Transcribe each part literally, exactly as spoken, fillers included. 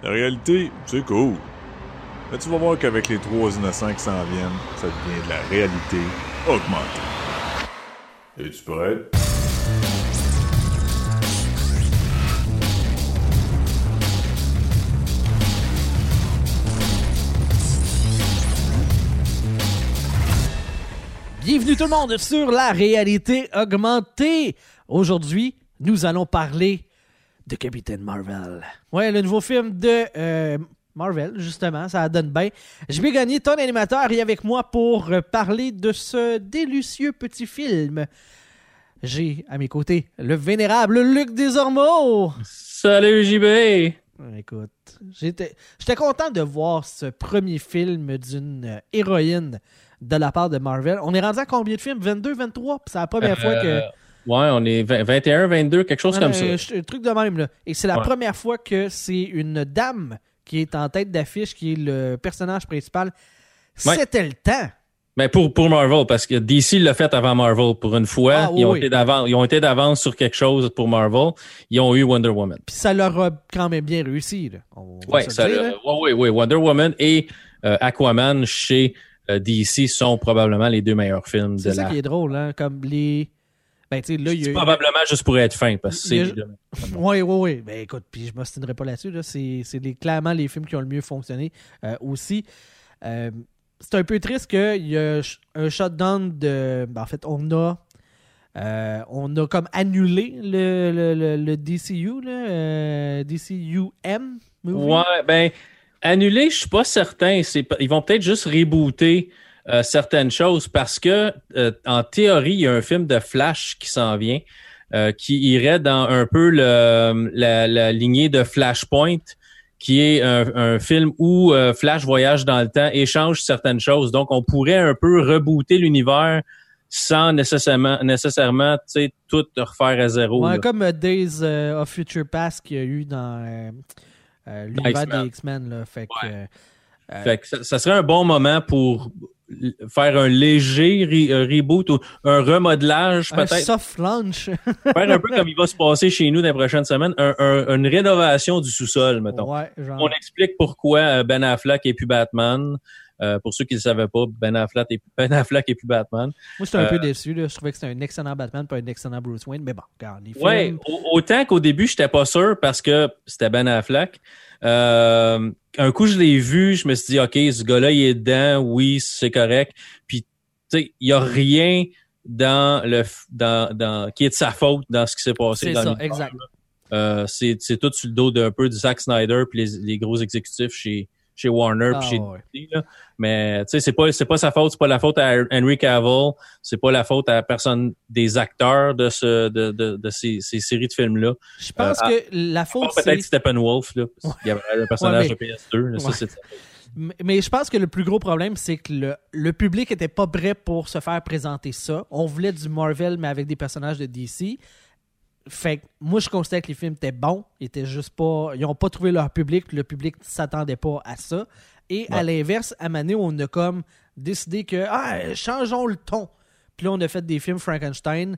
La réalité, c'est cool. Mais tu vas voir qu'avec les trois innocents qui s'en viennent, ça devient de la réalité augmentée. Es-tu prêt? Bienvenue tout le monde sur la réalité augmentée. Aujourd'hui, nous allons parler de Captain Marvel. Ouais, le nouveau film de euh, Marvel, justement, ça donne bien. Je vais gagner ton animateur et avec moi pour parler de ce délicieux petit film. J'ai à mes côtés le vénérable Luc Desormeaux. Salut J B! Écoute, j'étais, j'étais content de voir ce premier film d'une héroïne de la part de Marvel. On est rendu à combien de films? vingt-deux, vingt-trois? Puis c'est la première euh, fois que... Ouais, on est vingt et un, vingt-deux, quelque chose non, comme euh, ça. Un truc de même, là. Et c'est la ouais. première fois que c'est une dame qui est en tête d'affiche, qui est le personnage principal. Ouais. C'était le temps. Mais pour, pour Marvel, parce que D C l'a fait avant Marvel pour une fois. Ah, oui, ils, ont oui. été d'avance, ils ont été d'avance sur quelque chose pour Marvel. Ils ont eu Wonder Woman. Puis ça leur a quand même bien réussi. Là. Oui, ça, dire, là. Ouais, ouais, ouais. Wonder Woman et euh, Aquaman chez euh, D C sont probablement les deux meilleurs films c'est de ça la... qui est drôle, hein? Comme les... Ben, tu sais, là, il y a... probablement juste pour être fin, parce que c'est... A... Oui, oui, oui. Ben, écoute, puis je m'ostinerai pas là-dessus. Là. C'est, c'est les, clairement les films qui ont le mieux fonctionné euh, aussi. Euh, c'est un peu triste qu'il y a un shutdown de... Ben, en fait, on a... Euh, on a comme annulé le, le, le, le D C U, là, euh, D C U M movie. Ouais, ben, annulé, je suis pas certain. C'est, ils vont peut-être juste rebooter euh, certaines choses parce que, euh, en théorie, il y a un film de Flash qui s'en vient, euh, qui irait dans un peu le, la, la lignée de Flashpoint, qui est un, un film où euh, Flash voyage dans le temps et change certaines choses. Donc, on pourrait un peu rebooter l'univers sans nécessairement, nécessairement tu sais, tout refaire à zéro. Ouais, là. comme uh, Days uh, of Future Past qu'il y a eu dans euh, euh, l'univers X-Men. des X-Men. Là. Fait que, ouais. euh, fait que ça, ça serait un bon moment pour faire un léger re- reboot ou un remodelage un peut-être. Un soft launch. Faire un peu comme il va se passer chez nous dans les prochaines semaines, un, un, une rénovation du sous-sol, mettons. Ouais, genre... On explique pourquoi Ben Affleck est plus Batman. Euh, pour ceux qui ne le savaient pas, Ben Affleck est, Ben Affleck est plus Batman. Moi, j'étais un euh, peu déçu. Là. Je trouvais que c'était un excellent Batman, pas un excellent Bruce Wayne. Mais bon, regarde, les films... Ouais, autant qu'au début, j'étais pas sûr parce que c'était Ben Affleck. Euh, un coup, je l'ai vu, je me suis dit, OK, ce gars-là, il est dedans, oui, c'est correct. Puis, tu sais, il y a rien dans le dans, dans qui est de sa faute dans ce qui s'est passé. C'est dans ça, exact. Euh, c'est, c'est tout sur le dos d'un peu du Zack Snyder puis les, les gros exécutifs chez chez Warner puis ah, chez ouais. D C, là. Mais tu sais, c'est pas c'est pas sa faute, c'est pas la faute à Henry Cavill, c'est pas la faute à personne des acteurs de ce de de, de ces, ces séries de films là. Je pense euh, que à, la faute c'est peut-être Steppenwolf là, ouais. il y avait le personnage ouais, mais... de P S deux, là, ouais. ça c'est mais, mais je pense que le plus gros problème, c'est que le, le public était pas prêt pour se faire présenter ça. On voulait du Marvel, mais avec des personnages de D C. Fait que moi, je considère que les films étaient bons. Ils étaient juste pas... Ils n'ont pas trouvé leur public. Le public ne s'attendait pas à ça. Et ouais. à l'inverse, à Mané, on a comme décidé que ah, changeons le ton. Puis là, on a fait des films Frankenstein.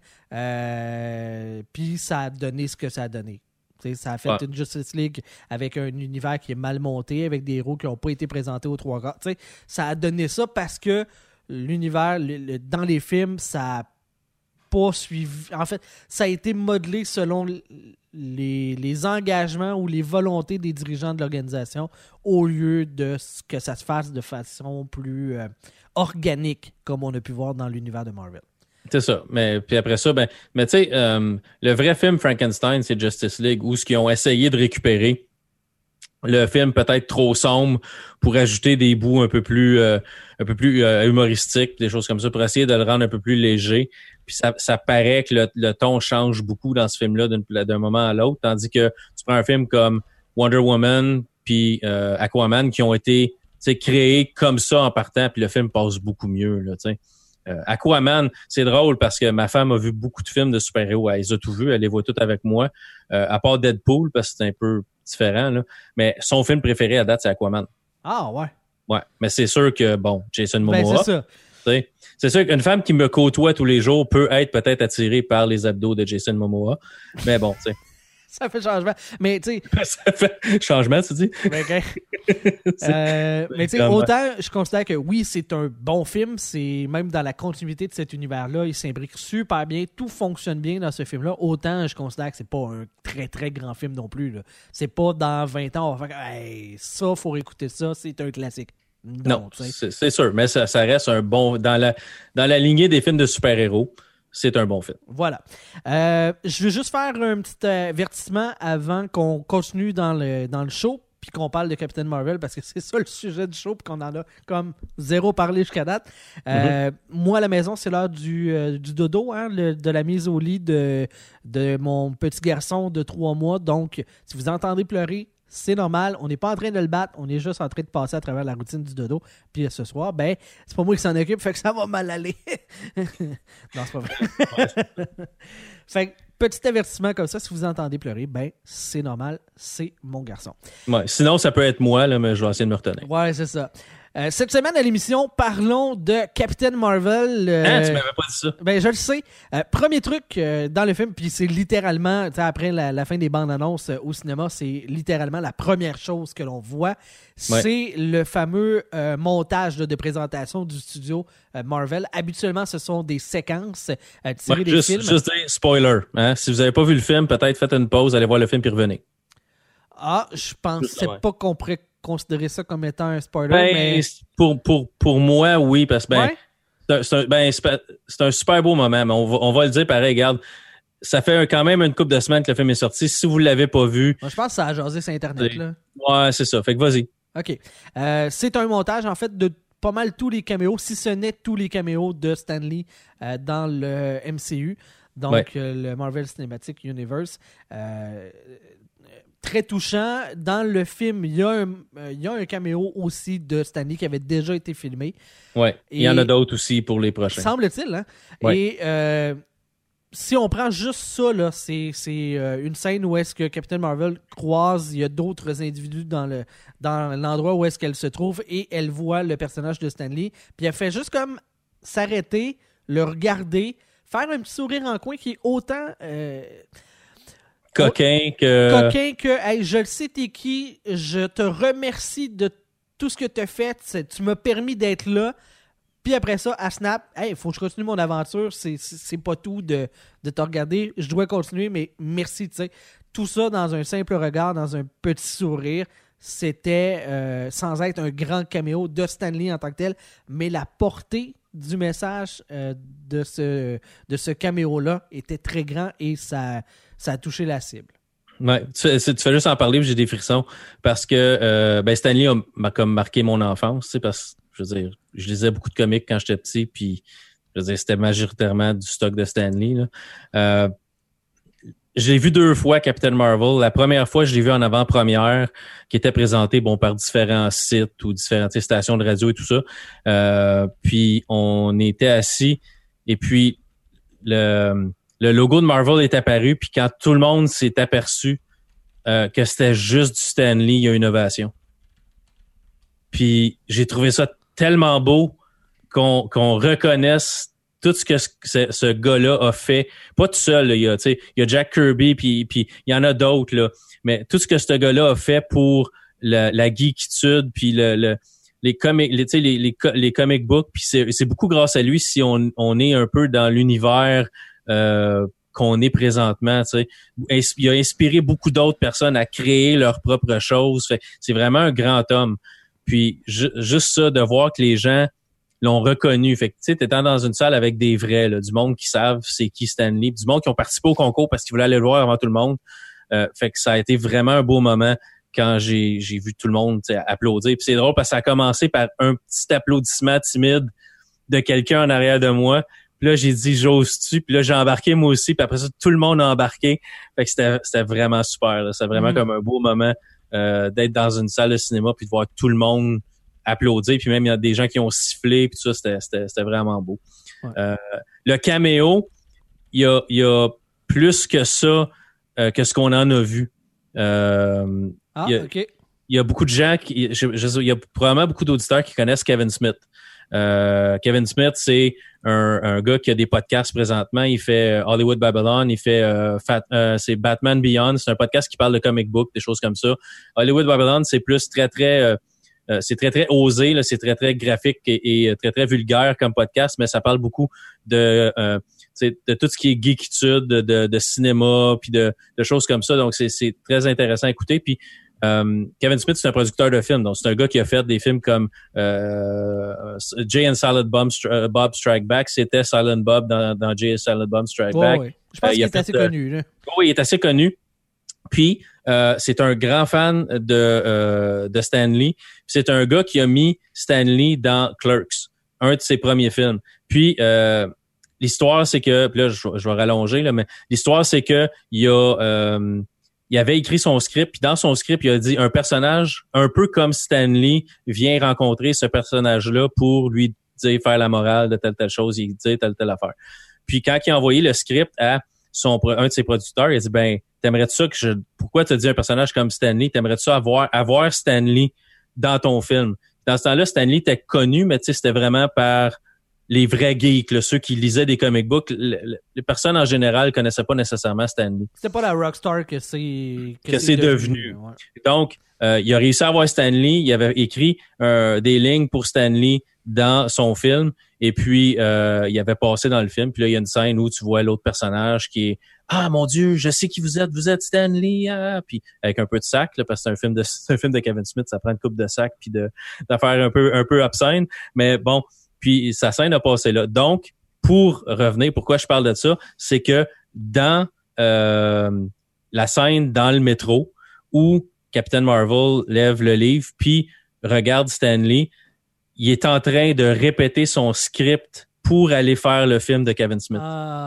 Euh, puis ça a donné ce que ça a donné. T'sais, ça a fait ouais. une Justice League avec un univers qui est mal monté, avec des héros qui n'ont pas été présentés aux trois quarts. T'sais, ça a donné ça parce que l'univers, le, le, dans les films, ça a pas suivi. En fait, ça a été modelé selon les, les engagements ou les volontés des dirigeants de l'organisation au lieu de ce que ça se fasse de façon plus euh, organique, comme on a pu voir dans l'univers de Marvel. C'est ça. Mais puis après ça, ben, mais tu sais, euh, le vrai film Frankenstein, c'est Justice League, où ce qu'ils ont essayé de récupérer le film peut-être trop sombre pour ajouter des bouts un peu plus euh, un peu plus euh, humoristiques, des choses comme ça, pour essayer de le rendre un peu plus léger. Puis ça, ça paraît que le, le ton change beaucoup dans ce film-là d'un, d'un moment à l'autre, tandis que tu prends un film comme Wonder Woman puis euh, Aquaman qui ont été créés comme ça en partant, puis le film passe beaucoup mieux, là, tu sais. Euh, Aquaman, c'est drôle parce que ma femme a vu beaucoup de films de super-héros. Elle les a tout vus, elle les voit toutes avec moi, euh, à part Deadpool, parce que c'est un peu différent, là. Mais son film préféré à date, c'est Aquaman. Ah ouais? Ouais, mais c'est sûr que, bon, Jason Momoa... Ben, c'est ça. T'sais, c'est sûr qu'une femme qui me côtoie tous les jours peut être peut-être attirée par les abdos de Jason Momoa. Mais bon, tu sais. ça fait changement. Mais tu sais. Ça fait changement, tu dis? Ben, okay. euh, mais tu sais, autant je considère que oui, c'est un bon film. C'est même dans la continuité de cet univers-là, il s'imbrique super bien. Tout fonctionne bien dans ce film-là. Autant je considère que c'est pas un très très grand film non plus. Là. C'est pas dans vingt ans, on va faire hey, ça, faut écouter ça, c'est un classique. Non, non c'est, c'est sûr, mais ça, ça reste un bon. Dans la, dans la lignée des films de super-héros, c'est un bon film. Voilà. Euh, je veux juste faire un petit avertissement avant qu'on continue dans le, dans le show puis qu'on parle de Captain Marvel parce que c'est ça le sujet du show puis qu'on en a comme zéro parlé jusqu'à date. Euh, mm-hmm. Moi, à la maison, c'est l'heure du, euh, du dodo, hein, le, de la mise au lit de, de mon petit garçon de trois mois. Donc, si vous entendez pleurer, c'est normal, on n'est pas en train de le battre, on est juste en train de passer à travers la routine du dodo. Puis ce soir, ben, c'est pas moi qui s'en occupe, fait que ça va mal aller. Non, c'est pas vrai. Fait que, petit avertissement comme ça, si vous entendez pleurer, ben, c'est normal, c'est mon garçon. Ouais, sinon, ça peut être moi, là, mais je vais essayer de me retenir. Ouais, c'est ça. Euh, cette semaine à l'émission, parlons de Captain Marvel. Euh, hein, tu m'avais pas dit ça. Ben, je le sais. Euh, premier truc euh, dans le film, puis c'est littéralement, après la, la fin des bandes annonces euh, au cinéma, c'est littéralement la première chose que l'on voit. C'est ouais. le fameux euh, montage là, de présentation du studio euh, Marvel. Habituellement, ce sont des séquences euh, tirées ouais, des juste, films. Juste des spoilers. Hein? Si vous n'avez pas vu le film, peut-être faites une pause, allez voir le film puis revenez. Ah, je pensais ouais. pas qu'on pourrait considérer ça comme étant un spoiler, ben, mais... Pour, pour, pour moi, oui, parce que ben, ouais? c'est, un, c'est, un, ben, c'est un super beau moment, mais on va, on va le dire pareil, regarde, ça fait un, quand même une couple de semaines que le film est sorti. Si vous ne l'avez pas vu... Moi, je pense que ça a jasé sur Internet. Là. Ouais, c'est ça. Fait que vas-y. OK. Euh, c'est un montage, en fait, de pas mal tous les caméos, si ce n'est tous les caméos de Stan Lee euh, dans le M C U, donc ouais. euh, le Marvel Cinematic Universe. Euh, Très touchant. Dans le film, il y a un, euh, il y a un caméo aussi de Stan Lee qui avait déjà été filmé. Oui, il y en a d'autres aussi pour les prochains. Semble-t-il. Hein? Ouais. Et euh, si on prend juste ça, là, c'est, c'est euh, une scène où est-ce que Captain Marvel croise, il y a d'autres individus dans, le, dans l'endroit où est-ce qu'elle se trouve et elle voit le personnage de Stan Lee. Puis elle fait juste comme s'arrêter, le regarder, faire un petit sourire en coin qui est autant... Euh, Coquin que... Coquin que, hey, je le sais t'es qui, je te remercie de tout ce que tu as fait, tu m'as permis d'être là, puis après ça, à Snap, hey, il faut que je continue mon aventure, c'est, c'est, c'est pas tout de, de te regarder, je dois continuer, mais merci, tu sais. Tout ça dans un simple regard, dans un petit sourire, c'était euh, sans être un grand caméo de Stan Lee en tant que tel, mais la portée du message euh, de ce, de ce caméo-là était très grand et ça... ça a touché la cible. Ouais, tu, tu fais juste en parler, j'ai des frissons parce que euh, ben Stan Lee a, m'a comme marqué mon enfance, tu sais, parce que je veux dire, je lisais beaucoup de comics quand j'étais petit, puis je veux dire, c'était majoritairement du stock de Stan Lee. Là. Euh, j'ai vu deux fois Captain Marvel. La première fois, je l'ai vu en avant-première, qui était présenté bon par différents sites ou différentes stations de radio et tout ça. Euh, puis on était assis et puis le Le logo de Marvel est apparu, puis quand tout le monde s'est aperçu euh, que c'était juste du Stan Lee, il y a une ovation. Puis j'ai trouvé ça tellement beau qu'on, qu'on reconnaisse tout ce que ce, ce gars-là a fait. Pas tout seul, là, il y a, tu sais, il y a Jack Kirby, puis, puis il y en a d'autres, là. Mais tout ce que ce gars-là a fait pour la, la geekitude, puis le, le les comic, les, tu sais, les, les, les comic books, puis c'est, c'est beaucoup grâce à lui si on, on est un peu dans l'univers Euh, qu'on est présentement, tu sais. Il a inspiré beaucoup d'autres personnes à créer leurs propres choses. Fait, c'est vraiment un grand homme. Puis ju- juste ça, de voir que les gens l'ont reconnu. Fait que tu sais, t'étant dans une salle avec des vrais, là, du monde qui savent c'est qui Stan Lee, du monde qui ont participé au concours parce qu'ils voulaient aller le voir avant tout le monde. Euh, fait que ça a été vraiment un beau moment quand j'ai j'ai vu tout le monde applaudir. Puis c'est drôle parce que ça a commencé par un petit applaudissement timide de quelqu'un en arrière de moi. Puis là, j'ai dit, j'ose-tu? Puis là, j'ai embarqué moi aussi. Puis après ça, tout le monde a embarqué. Fait que c'était, c'était vraiment super. Là. C'était vraiment mmh. comme un beau moment euh, d'être dans une salle de cinéma puis de voir tout le monde applaudir. Puis même, il y a des gens qui ont sifflé. Puis tout ça, c'était, c'était, c'était vraiment beau. Ouais. Euh, le caméo, il y a, il y a plus que ça euh, que ce qu'on en a vu. Euh, ah, il y a, OK. Il y a beaucoup de gens qui... Je, je, il y a probablement beaucoup d'auditeurs qui connaissent Kevin Smith. Euh, Kevin Smith, c'est un, un gars qui a des podcasts présentement. Il fait Hollywood Babylon, il fait euh, Fat, euh, c'est Batman Beyond. C'est un podcast qui parle de comic book, des choses comme ça. Hollywood Babylon, c'est plus très très euh, Euh, c'est très, très osé, là, c'est très, très graphique et, et très, très vulgaire comme podcast, mais ça parle beaucoup de euh, de tout ce qui est geekitude, de, de, de cinéma, puis de, de choses comme ça. Donc, c'est, c'est très intéressant à écouter. Puis, euh, Kevin Smith, c'est un producteur de films. Donc, c'est un gars qui a fait des films comme euh, Jay and Silent Bob, Stri- Bob Strike Back. C'était Silent Bob dans, dans Jay and Silent Bob Strike oh, Back. Oui. Je pense euh, qu'il est fait, assez euh, connu. Là. Oui, il est assez connu. Puis, euh, c'est un grand fan de euh, de Stan Lee. C'est un gars qui a mis Stan Lee dans Clerks, un de ses premiers films. Puis, euh, l'histoire, c'est que... Puis là, je, je vais rallonger, là, mais l'histoire, c'est que il a... Euh, il avait écrit son script, puis dans son script, il a dit un personnage un peu comme Stan Lee vient rencontrer ce personnage-là pour lui dire, faire la morale de telle, telle chose, il dit telle, telle affaire. Puis, quand il a envoyé le script à son un de ses producteurs, il a dit, ben, t'aimerais-tu ça que je... Pourquoi t'as dit un personnage comme Stan Lee? T'aimerais-tu ça avoir, avoir Stan Lee dans ton film? Dans ce temps-là, Stan Lee était connu, mais tu sais, c'était vraiment par les vrais geeks, là, ceux qui lisaient des comic books. Le, le, les personnes en général connaissaient pas nécessairement Stan Lee. C'était pas la rockstar que c'est que, que c'est devenu. devenu. Ouais. Donc, euh, il a réussi à avoir Stan Lee. Il avait écrit euh, des lignes pour Stan Lee dans son film. Et puis, euh, il avait passé dans le film. Puis là, il y a une scène où tu vois l'autre personnage qui est « Ah, mon Dieu, je sais qui vous êtes. Vous êtes Stan Lee. Ah. » Puis avec un peu de sac, là, parce que c'est un film de c'est un film de Kevin Smith. Ça prend une coupe de sac puis de d'affaires un peu un peu obscène. Mais bon, puis sa scène a passé là. Donc, pour revenir, pourquoi je parle de ça, c'est que dans euh, la scène dans le métro où Captain Marvel lève le livre puis regarde Stan Lee, il est en train de répéter son script pour aller faire le film de Kevin Smith.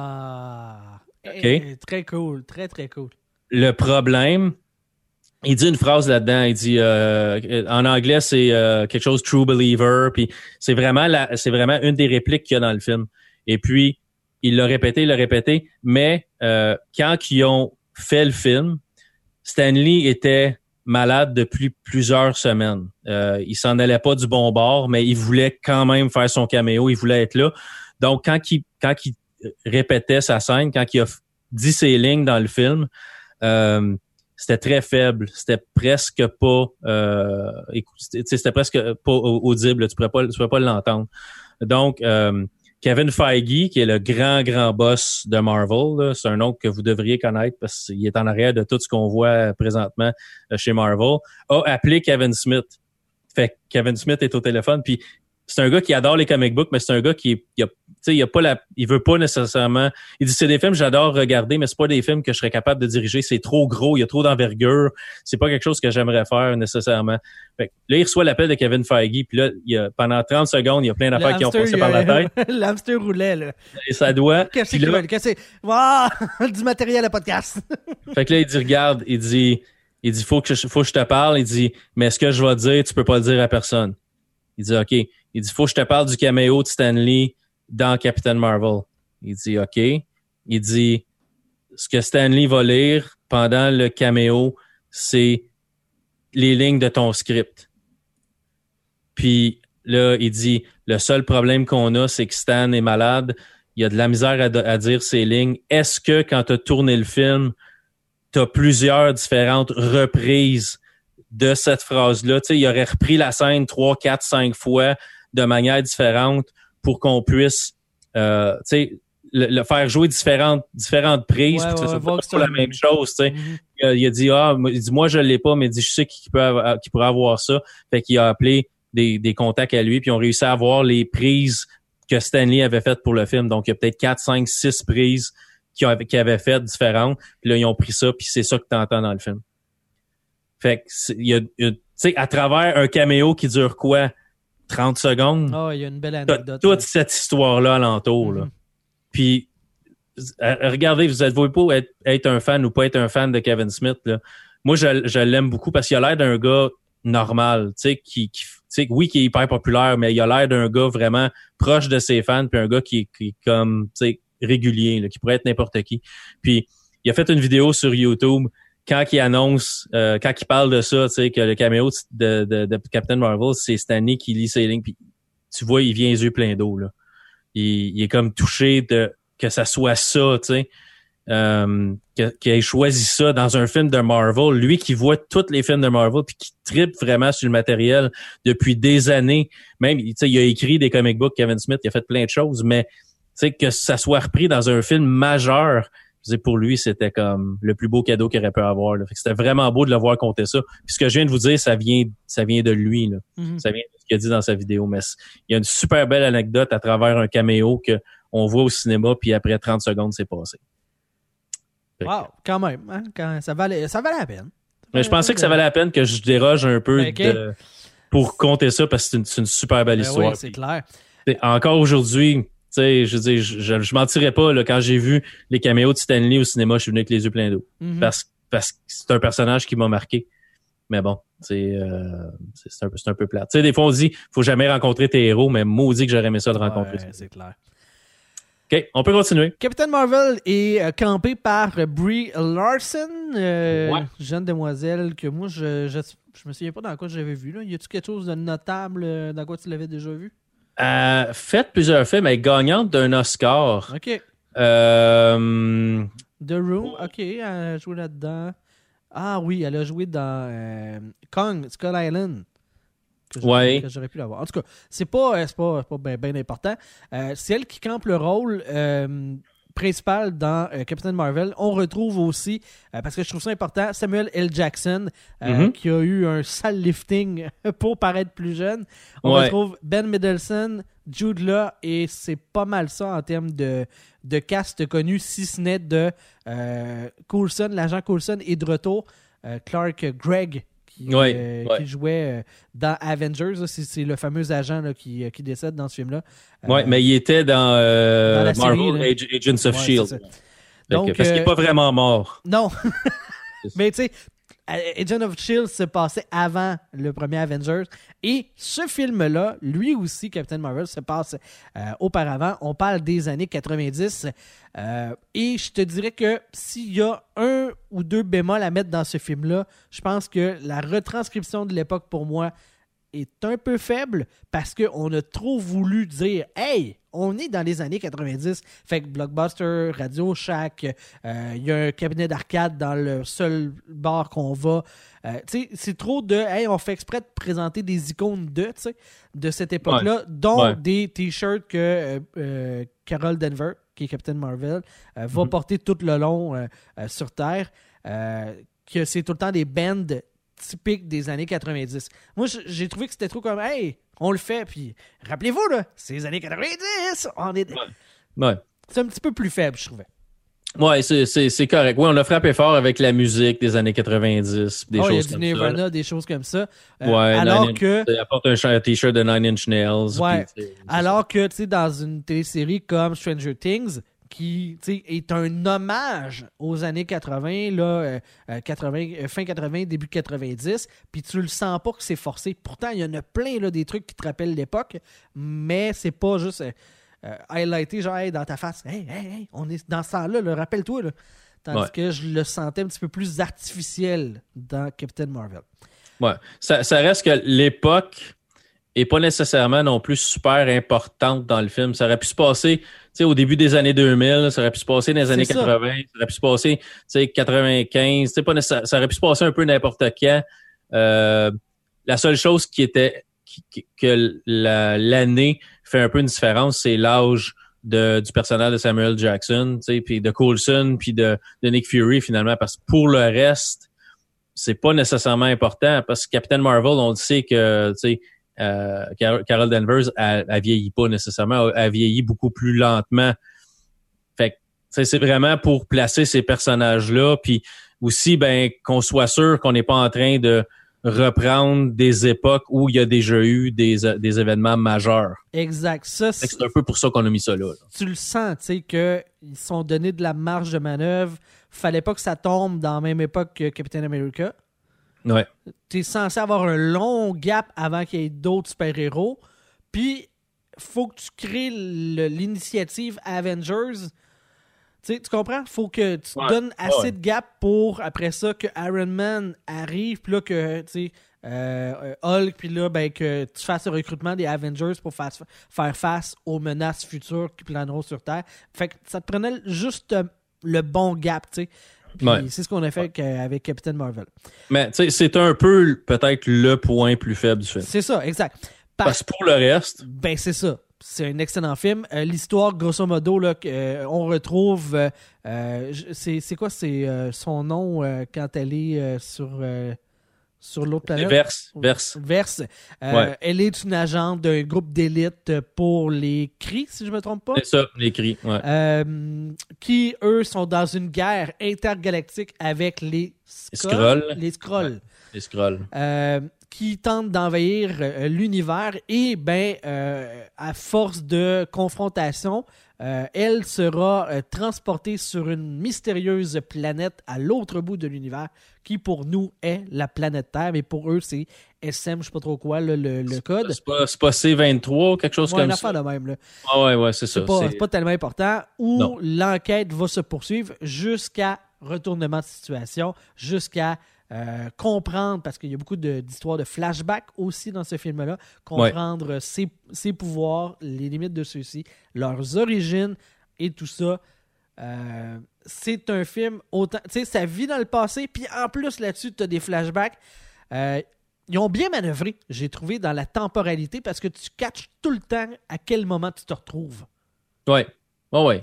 Ah, okay. Très cool, très, très cool. Le problème, il dit une phrase là-dedans, il dit, euh, en anglais, c'est euh, quelque chose « true believer », puis c'est vraiment la, c'est vraiment une des répliques qu'il y a dans le film. Et puis, il l'a répété, il l'a répété, mais euh, quand ils ont fait le film, Stan Lee était malade depuis plusieurs semaines. Euh, il s'en allait pas du bon bord, mais il voulait quand même faire son caméo, il voulait être là. Donc, quand il, quand il répétait sa scène, quand il a dit ses lignes dans le film, euh, c'était très faible, c'était presque pas euh, c'était presque pas audible, tu pourrais pas, tu pourrais pas l'entendre. Donc, euh, Kevin Feige, qui est le grand, grand boss de Marvel, là, c'est un nom que vous devriez connaître parce qu'il est en arrière de tout ce qu'on voit présentement chez Marvel, a appelé Kevin Smith. Fait que Kevin Smith est au téléphone, puis c'est un gars qui adore les comic books, mais c'est un gars qui, il a, tu sais, il a pas la, il veut pas nécessairement. Il dit c'est des films que j'adore regarder, mais c'est pas des films que je serais capable de diriger. C'est trop gros, il y a trop d'envergure. C'est pas quelque chose que j'aimerais faire nécessairement. Fait que là, il reçoit l'appel de Kevin Feige, puis là, il y a, pendant trente secondes, il y a plein d'affaires qui ont passé par la tête. L'hamster roulait là. Et ça doit. Qu'est-ce qu'il veut? Qu'est-ce que c'est? Wow! Du matériel à podcast. Fait que là, il dit regarde, il dit, il dit faut que je, faut que je te parle. Il dit mais ce que je vais te dire, tu peux pas le dire à personne. Il dit ok. Il dit, faut que je te parle du caméo de Stan Lee dans Captain Marvel. Il dit, OK. Il dit, ce que Stan Lee va lire pendant le caméo, c'est les lignes de ton script. Puis là, il dit, le seul problème qu'on a, c'est que Stan est malade. Il a de la misère à, à dire ses lignes. Est-ce que quand tu as tourné le film, tu as plusieurs différentes reprises de cette phrase-là? Tu sais, il aurait repris la scène trois, quatre, cinq fois de manière différente pour qu'on puisse euh, tu sais le, le faire jouer différentes différentes prises ouais, pour que ouais, ce soit ouais, pas la même chose, tu sais. Mm-hmm. Il, a, il a dit ah il dit moi je l'ai pas, mais il dit je sais qu'il peut avoir, qu'il pourrait avoir ça. Fait qu'il a appelé des des contacts à lui puis ils ont réussi à avoir les prises que Stan Lee avait faites pour le film. Donc il y a peut-être quatre, cinq, six prises qu'il avait, qu'il avait faites différentes. Puis là ils ont pris ça puis c'est ça que tu entends dans le film. Fait que il y a, tu sais à travers un caméo qui dure quoi trente secondes. Oh, il y a une belle anecdote. Toute cette histoire-là alentour. Mm-hmm. Là. Puis, euh, regardez, vous êtes vous pas être, être un fan ou pas être un fan de Kevin Smith. Là. Moi, je, je l'aime beaucoup parce qu'il a l'air d'un gars normal, tu sais, qui, qui tu sais, oui, qui est hyper populaire, mais il a l'air d'un gars vraiment proche de ses fans, puis un gars qui, qui est comme, tu sais, régulier, là, qui pourrait être n'importe qui. Puis, il a fait une vidéo sur YouTube quand il annonce, euh, quand il parle de ça, tu sais, que le caméo de, de, de Captain Marvel, c'est Stan Lee qui lit ses lignes. Puis tu vois, il vient les yeux pleins d'eau, là. Il, il est comme touché de que ça soit ça, tu sais. Euh, que, qu'il ait choisi ça dans un film de Marvel. Lui qui voit tous les films de Marvel puis qui tripe vraiment sur le matériel depuis des années. Même, tu sais, il a écrit des comic books, Kevin Smith, il a fait plein de choses, mais tu sais, que ça soit repris dans un film majeur, je dis, pour lui, c'était comme le plus beau cadeau qu'il aurait pu avoir, là. Fait que c'était vraiment beau de le voir compter ça. Puis ce que je viens de vous dire, ça vient, ça vient de lui, là. Mm-hmm. Ça vient de ce qu'il a dit dans sa vidéo. Mais il y a une super belle anecdote à travers un caméo que on voit au cinéma, puis après trente secondes, c'est passé. Wow, quand même. Hein? Quand, ça, valait, ça valait la peine. Mais je pensais que ça valait la peine que je déroge un peu okay. de, pour compter ça parce que c'est une, c'est une super belle ben histoire. Oui, c'est clair. Encore aujourd'hui, tu sais, je dis, je, je, je mentirais pas, là, quand j'ai vu les caméos de Stan Lee au cinéma, je suis venu avec les yeux pleins d'eau. Mm-hmm. Parce, parce que c'est un personnage qui m'a marqué. Mais bon, c'est, euh, c'est, c'est, un, c'est un peu plate. Tu sais, des fois, on dit, faut jamais rencontrer tes héros, mais maudit que j'aurais aimé ça de rencontrer. Ouais, c'est clair. OK, on peut continuer. Captain Marvel est euh, campé par euh, Brie Larson, euh, ouais. jeune demoiselle que moi, je, je je me souviens pas dans quoi j'avais vu. Là. Y a-tu quelque chose de notable euh, dans quoi tu l'avais déjà vu? Euh, fait plusieurs films, elle est gagnante d'un Oscar. OK. Euh... The Room, OK, elle a joué là-dedans. Ah oui, elle a joué dans euh, Kong, Skull Island. Que j'aurais, ouais. que j'aurais pu l'avoir. En tout cas, c'est pas, c'est pas, c'est pas bien ben important. Euh, c'est elle qui campe le rôle euh, principal dans euh, Captain Marvel. On retrouve aussi, euh, parce que je trouve ça important, Samuel L. Jackson, euh, mm-hmm. qui a eu un sale lifting pour paraître plus jeune. On ouais. retrouve Ben Mendelsohn, Jude Law, et c'est pas mal ça en termes de, de cast connu, si ce n'est de euh, Coulson, l'agent Coulson, et de retour, euh, Clark Gregg, Qui, ouais, euh, ouais. qui jouait euh, dans Avengers. Là, c'est, c'est le fameux agent là, qui, euh, qui décède dans ce film-là. Oui, euh, mais il était dans, euh, dans Marvel série, Agents of ouais, S H I E L D. Donc, parce euh, qu'il n'est pas vraiment mort. Non. Mais tu sais, Agents of S H I E L D se passait avant le premier Avengers. Et ce film-là, lui aussi, Captain Marvel, se passe euh, auparavant. On parle des années quatre-vingt-dix. Euh, et je te dirais que s'il y a un ou deux bémols à mettre dans ce film-là, je pense que la retranscription de l'époque, pour moi, est un peu faible parce qu'on a trop voulu dire « Hey, on est dans les années quatre-vingt-dix. » Fait que Blockbuster, Radio Shack, il euh, y a un cabinet d'arcade dans le seul bar qu'on va. Euh, c'est trop de « Hey, on fait exprès de présenter des icônes de, de cette époque-là, ouais. dont ouais. des t-shirts que euh, euh, Carol Danvers, qui est Captain Marvel, euh, va mm-hmm. porter tout le long euh, euh, sur Terre. Euh, que c'est tout le temps des bands typique des années quatre-vingt-dix. Moi, j'ai trouvé que c'était trop comme « Hey, on le fait, puis rappelez-vous, là, c'est les années quatre-vingt-dix, on est... » Ouais. C'est un petit peu plus faible, je trouvais. Ouais, c'est, c'est, c'est correct. Oui, on a frappé fort avec la musique des années quatre-vingt-dix, des oh, choses comme ça. Il y a du Nirvana, ça, des choses comme ça. Euh, ouais, alors Nine que... Il apporte un, un t-shirt de Nine Inch Nails. Ouais, puis, alors ça. Que, tu sais, dans une télésérie comme Stranger Things, qui est un hommage aux années quatre-vingts, là, euh, quatre-vingts, fin quatre-vingts, début quatre-vingt-dix, puis tu le sens pas que c'est forcé. Pourtant, il y en a plein là, des trucs qui te rappellent l'époque, mais c'est pas juste euh, euh, highlighté, genre hey, dans ta face. Hey, hey, hey, on est dans ce temps-là, là, rappelle-toi. Là. Tandis ouais. que je le sentais un petit peu plus artificiel dans Captain Marvel. Ouais, ça, ça reste que l'époque est pas nécessairement non plus super importante dans le film. Ça aurait pu se passer au début des années deux mille, ça aurait pu se passer dans les années quatre-vingts, ça. ça aurait pu se passer quatre-vingt-quinze, pas nécessaire, ça aurait pu se passer un peu n'importe quand. Euh, la seule chose qui était qui, qui, que la, l'année fait un peu une différence, c'est l'âge de, du personnage de Samuel Jackson, puis de Coulson, puis de, de Nick Fury finalement, parce que pour le reste, c'est pas nécessairement important, parce que Captain Marvel, on le sait que, tu sais, Euh, Carol Danvers, elle, elle vieillit pas nécessairement, elle vieillit beaucoup plus lentement. Fait que c'est vraiment pour placer ces personnages-là, puis aussi ben qu'on soit sûr qu'on n'est pas en train de reprendre des époques où il y a déjà eu des, des événements majeurs. Exact. Ça, c'est... c'est un peu pour ça qu'on a mis ça là. là. Tu le sens, tu sais, qu'ils sont donnés de la marge de manœuvre. Fallait pas que ça tombe dans la même époque que Captain America. Ouais. Tu es censé avoir un long gap avant qu'il y ait d'autres super-héros. Puis, faut que tu crées le, l'initiative Avengers Tu sais, tu comprends? Faut que tu te Ouais. donnes assez Ouais. de gap pour, après ça, que Iron Man arrive, puis là, que, tu sais, euh, euh, Hulk, puis là, ben, que tu fasses le recrutement des Avengers pour fa- faire face aux menaces futures qui planeront sur Terre. Fait que ça te prenait juste euh, le bon gap, tu sais. Puis Ouais. c'est ce qu'on a fait ouais. avec Captain Marvel. Mais tu sais, c'est un peu peut-être le point plus faible du film. C'est ça, exact. Par... Parce que pour le reste... Ben, c'est ça. C'est un excellent film. Euh, l'histoire, grosso modo, là, euh, on retrouve... Euh, euh, c'est, c'est quoi c'est, euh, son nom euh, quand elle est euh, sur, euh, sur l'autre planète? Verse. Verse. Verse. Euh, Ouais. Elle est une agente d'un groupe d'élite pour les Kree, si je me trompe pas. C'est ça, les cris. Ouais. Euh, qui, eux, sont dans une guerre intergalactique avec les Skrulls. Les Skrulls. Ouais. Les Skrulls. Euh, qui tentent d'envahir euh, l'univers et ben euh, à force de confrontation, euh, elle sera euh, transportée sur une mystérieuse planète à l'autre bout de l'univers qui pour nous est la planète Terre, mais pour eux c'est S M, je sais pas trop quoi le, le, le code. C'est pas, c'est pas C vingt-trois, quelque chose Ouais, comme une ça. affaire de même là. Ah ouais, ouais, c'est C'est ça. pas, c'est... c'est pas tellement important. Où Non. l'enquête va se poursuivre jusqu'à retournement de situation, jusqu'à euh, comprendre, parce qu'il y a beaucoup de, d'histoires de flashback aussi dans ce film-là, comprendre ouais. ses, ses pouvoirs, les limites de ceux-ci, leurs origines et tout ça. Euh, c'est un film autant... Tu sais, ça vit dans le passé, puis en plus, là-dessus, tu as des flashbacks. Euh, ils ont bien manœuvré, j'ai trouvé, dans la temporalité, parce que tu catches tout le temps à quel moment tu te retrouves. Oui, oui, oui.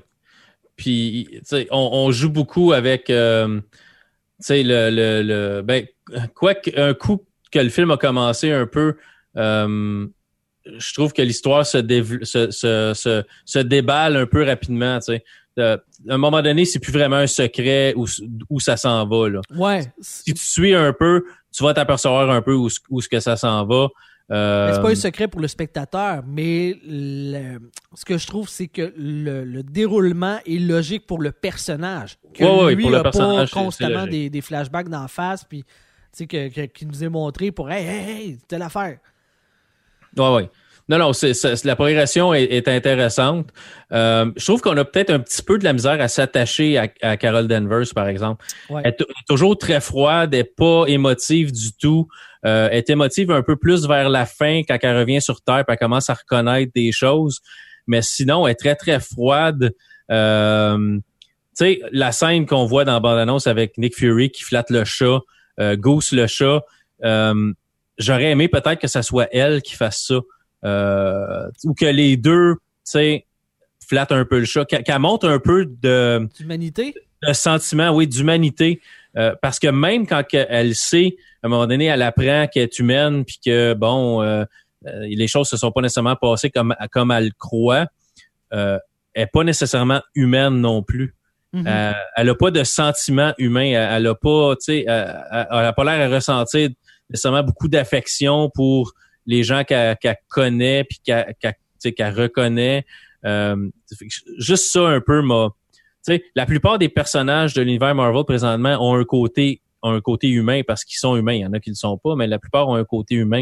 Puis, tu sais, on, on joue beaucoup avec... Euh... Tu sais, le, le, le. Ben, quoi qu'un coup que le film a commencé un peu, euh, je trouve que l'histoire se, dév- se, se, se, se déballe un peu rapidement. Tu sais. Euh, à un moment donné, c'est plus vraiment un secret où, où ça s'en va. Là. Ouais. Si tu suis un peu, tu vas t'apercevoir un peu où, où ce que ça s'en va. Euh... C'est pas un secret pour le spectateur, mais le, ce que je trouve, c'est que le, le déroulement est logique pour le personnage. Que ouais, lui ouais, pour le a personnage, pas constamment c'est, c'est des, des flashbacks d'en face, puis que, que, qui nous est montré pour hey, hey, hey, telle affaire. Ouais, ouais. Non, non, c'est, c'est, la progression est, est intéressante. Euh, je trouve qu'on a peut-être un petit peu de la misère à s'attacher à, à Carol Danvers, par exemple. Ouais. Elle est t- toujours très froide, elle n'est pas émotive du tout. Euh, elle est émotive un peu plus vers la fin, quand elle revient sur Terre, puis elle commence à reconnaître des choses. Mais sinon, elle est très, très froide. Euh, tu sais, la scène qu'on voit dans la bande-annonce avec Nick Fury qui flatte le chat, euh, Goose le chat, euh, j'aurais aimé peut-être que ça soit elle qui fasse ça. Euh, ou que les deux, tu sais, flattent un peu le chat, qu'elle, qu'elle montre un peu de... D'humanité? De sentiment, oui, d'humanité. Euh, parce que même quand elle sait, à un moment donné, elle apprend qu'elle est humaine, puis que, bon, euh, euh, les choses se sont pas nécessairement passées comme, comme elle le croit, euh, elle n'est pas nécessairement humaine non plus. Mm-hmm. Euh, elle n'a pas de sentiment humain. Elle, elle a pas, tu sais, elle, elle, elle a pas l'air à ressentir nécessairement beaucoup d'affection pour les gens qu'elle, qu'elle connaît puis qu'elle, qu'elle, qu'elle reconnaît. Euh, juste ça un peu m'a... Tu sais, la plupart des personnages de l'univers Marvel présentement ont un côté ont un côté humain parce qu'ils sont humains. Il y en a qui le sont pas, mais la plupart ont un côté humain.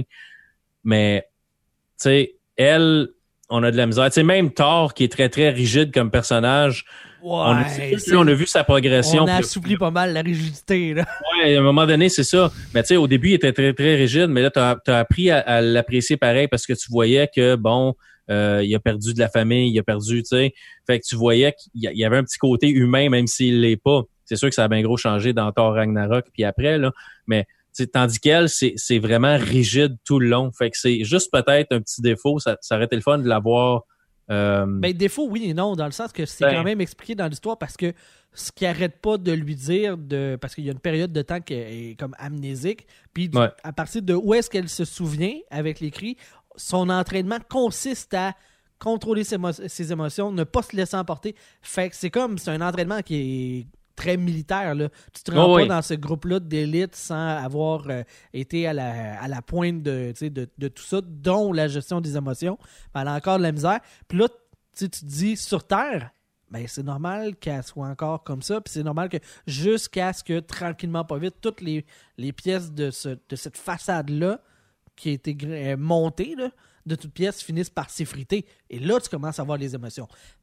Mais, tu sais, elle, on a de la misère. Tu sais, même Thor, qui est très, très rigide comme personnage, ouais, on, a, on a vu sa progression. On a assoupli pas mal la rigidité, là. Ouais, à un moment donné, c'est ça. Mais tu sais, au début, il était très, très rigide, mais là, t'as, t'as appris à, à l'apprécier pareil parce que tu voyais que, bon, euh, il a perdu de la famille, il a perdu, tu sais. Fait que tu voyais qu'il y avait un petit côté humain, même s'il l'est pas. C'est sûr que ça a bien gros changé dans Thor Ragnarok puis après, là. Mais, tandis qu'elle, c'est, c'est vraiment rigide tout le long. Fait que c'est juste peut-être un petit défaut. Ça, ça aurait été le fun de l'avoir. Euh... Ben, défaut, oui et non, dans le sens que c'est ben... quand même expliqué dans l'histoire parce que ce qui arrête pas de lui dire, de parce qu'il y a une période de temps qui est comme amnésique, puis ouais. à partir de où est-ce qu'elle se souvient avec les cris, son entraînement consiste à contrôler ses, émo- ses émotions, ne pas se laisser emporter. Fait que c'est comme, c'est un entraînement qui est très militaire, là. Tu te rends oh, pas oui. dans ce groupe-là d'élite sans avoir euh, été à la, à la pointe de, de, de tout ça, dont la gestion des émotions. Elle a encore de la misère. Puis là, tu te dis, sur Terre, ben, c'est normal qu'elle soit encore comme ça. Puis c'est normal que jusqu'à ce que, tranquillement, pas vite, toutes les, les pièces de, ce, de cette façade-là qui a été montée, là, de toutes pièces, finissent par s'effriter. Et là, tu commences à avoir les émotions.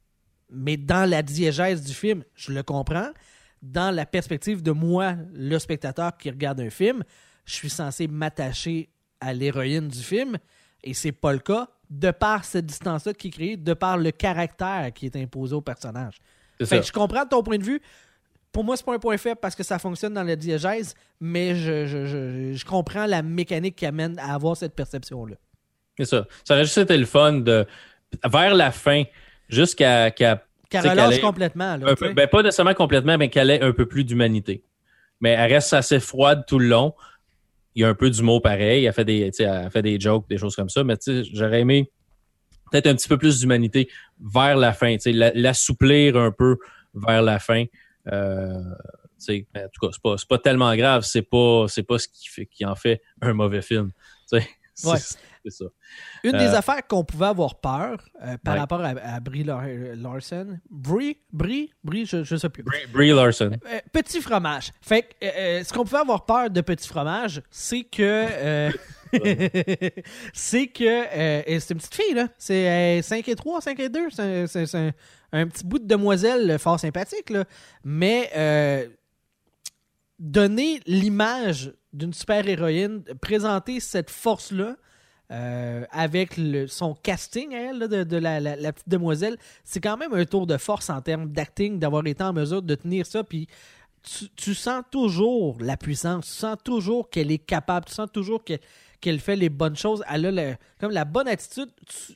Mais dans la diégèse du film, je le comprends. Dans la perspective de moi, le spectateur qui regarde un film, je suis censé m'attacher à l'héroïne du film, et c'est pas le cas, de par cette distance-là qui est créée, de par le caractère qui est imposé au personnage. C'est Fait ça. que je comprends ton point de vue. Pour moi, c'est pas un point faible parce que ça fonctionne dans la diégèse, mais je, je, je, je comprends la mécanique qui amène à avoir cette perception-là. C'est ça. Ça aurait juste été le fun de, vers la fin, jusqu'à, qu'à, Qu'elle tu sais, relâche qu'elle ait complètement. Là, un tu peu, sais. ben pas nécessairement complètement, mais qu'elle ait un peu plus d'humanité. Mais elle reste assez froide tout le long. Il y a un peu d'humour pareil. Elle fait des, tu sais, elle fait des jokes, des choses comme ça. Mais tu sais, j'aurais aimé peut-être un petit peu plus d'humanité vers la fin. Tu sais, la- l'assouplir un peu vers la fin. Euh, tu sais, en tout cas, c'est pas, c'est pas tellement grave. C'est pas, c'est pas ce qui fait, qui en fait un mauvais film. Tu sais, c'est, Ouais. c'est ça. Une des Euh, affaires qu'on pouvait avoir peur euh, par ouais. rapport à, à Brie Lar- Larson. Brie? Brie? Brie? Je, je sais plus. Brie, Brie Larson. Euh, petit fromage. Fait que euh, euh, ce qu'on pouvait avoir peur de petit fromage, c'est que euh, c'est que euh, et c'est une petite fille là, c'est euh, cinq et trois, cinq et deux, c'est, c'est, c'est un, un petit bout de demoiselle fort sympathique là, mais euh, donner l'image d'une super-héroïne, présenter cette force-là euh, avec le, son casting, elle, là, de, de la, la, la petite demoiselle, c'est quand même un tour de force en termes d'acting, d'avoir été en mesure de tenir ça, puis tu, tu sens toujours la puissance, tu sens toujours qu'elle est capable, tu sens toujours que, qu'elle fait les bonnes choses, elle a le, comme la bonne attitude. Tu,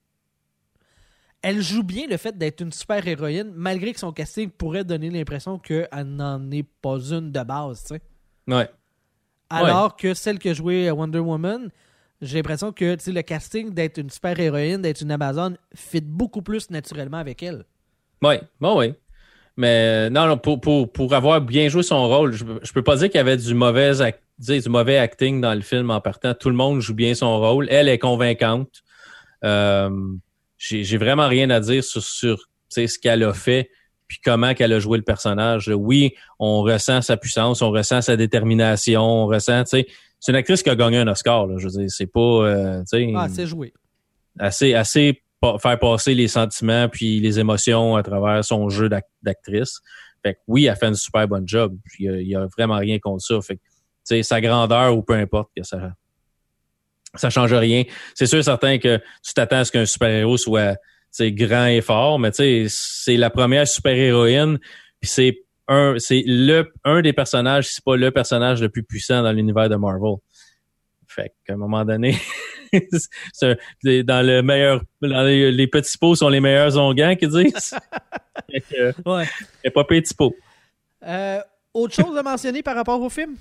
elle joue bien le fait d'être une super-héroïne, malgré que son casting pourrait donner l'impression qu'elle n'en est pas une de base, tu sais. Ouais. Alors que celle qui a joué Wonder Woman, j'ai l'impression que tu sais, le casting d'être une super-héroïne, d'être une Amazon, fit beaucoup plus naturellement avec elle. Oui, bon, oui. Mais non, non pour, pour, pour avoir bien joué son rôle, je, je peux pas dire qu'il y avait du mauvais, act, du mauvais acting dans le film en partant. Tout le monde joue bien son rôle. Elle est convaincante. Euh, j'ai, j'ai vraiment rien à dire sur, sur ce qu'elle a fait puis comment qu'elle a joué le personnage. Oui, on ressent sa puissance, on ressent sa détermination, on ressent, tu sais, c'est une actrice qui a gagné un Oscar, là. Je veux dire, c'est pas, euh, tu sais, Ah, c'est joué. assez, assez pa- faire passer les sentiments puis les émotions à travers son jeu d'ac- d'actrice. Fait que oui, elle fait une super bonne job. Il y a, il y a vraiment rien contre ça. Fait que, tu sais, sa grandeur ou peu importe que ça, ça change rien. C'est sûr et certain que tu t'attends à ce qu'un super-héros soit, tu sais, grand et fort, mais tu sais, c'est la première super-héroïne, puis c'est un, c'est le, un des personnages, si c'est pas le personnage le plus puissant dans l'univers de Marvel. Fait qu'à un moment donné, c'est un, dans le meilleur, dans les, les petits pots sont les meilleurs onguents, qu'ils disent. Fait que, Ouais. c'est pas petit pot. Euh, autre chose à mentionner par rapport au film?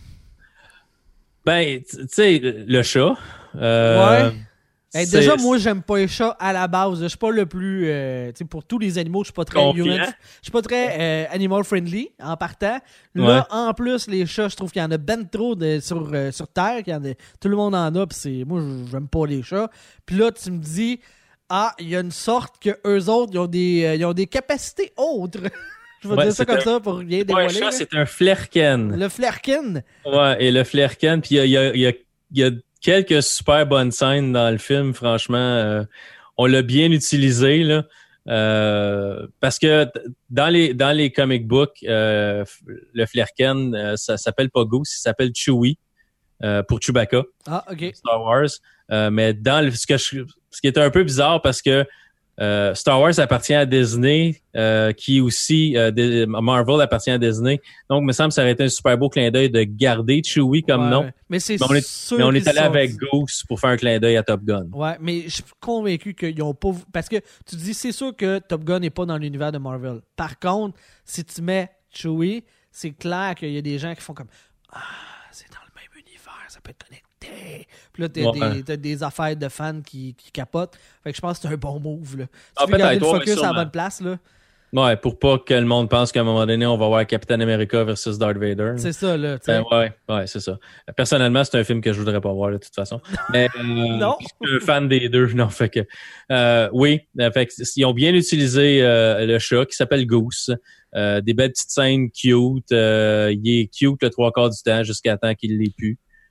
Ben, tu sais, le chat. Euh, Ouais. Hey, c'est- déjà, moi, j'aime pas les chats à la base. Je suis pas le plus... euh, tu sais, pour tous les animaux, je suis pas très Confiant. human. Je suis pas très euh, animal friendly en partant. Là, Ouais. en plus, les chats, je trouve qu'il y en a ben trop de, sur, euh, sur Terre. Qu'il y en a, tout le monde en a. Puis c'est, moi, j'aime pas les chats. Puis là, tu me dis, ah, il y a une sorte que eux autres, ils ont des, euh, ils ont des capacités autres. Je vais Ouais, dire ça c'est comme un- ça pour rien c'est pas un dévoiler. chat, là. c'est un flerken. Le flerken. Ouais, et le flerken. Puis il y a, il y, a, il y, a, il y a quelques super bonnes scènes dans le film, franchement. Euh, on l'a bien utilisé, là. Euh, parce que t- dans les dans les comic books, euh, le flerken, euh, ça s'appelle pas Goose, il s'appelle Chewie euh, pour Chewbacca. Ah, OK. Star Wars. Euh, mais dans le, ce que je, ce qui est un peu bizarre parce que euh, Star Wars appartient à Disney, euh, qui aussi euh, de- Marvel appartient à Disney. Donc, il me semble que ça aurait été un super beau clin d'œil de garder Chewie comme Ouais, nom. ouais. Mais c'est Mais on est, sûr mais on est qu'ils allé sont- avec Goose pour faire un clin d'œil à Top Gun. Ouais, mais je suis convaincu qu'ils ont pas... Parce que tu dis, c'est sûr que Top Gun n'est pas dans l'univers de Marvel. Par contre, si tu mets Chewie, c'est clair qu'il y a des gens qui font comme « Ah, c'est dans le même univers, ça peut être connecté. » Puis là, t'as, Ouais. des, t'as des affaires de fans qui, qui capotent. Fait que je pense que c'est un bon move, là. Tu Ah, veux garder peut-être, le ouais, focus à la sûrement. bonne place, là. Ouais, pour pas que le monde pense qu'à un moment donné, on va voir Captain America versus Darth Vader. C'est ça, là. tu sais. Ben, ouais, ouais, c'est ça. Personnellement, c'est un film que je voudrais pas voir de toute façon. Mais euh, Non. je suis un fan des deux, non, fait que euh, oui, euh, fait que, ils ont bien utilisé euh, le chat qui s'appelle Goose. Euh, des belles petites scènes cute. Euh, il est cute le trois quarts du temps jusqu'à temps qu'il l'ait plus.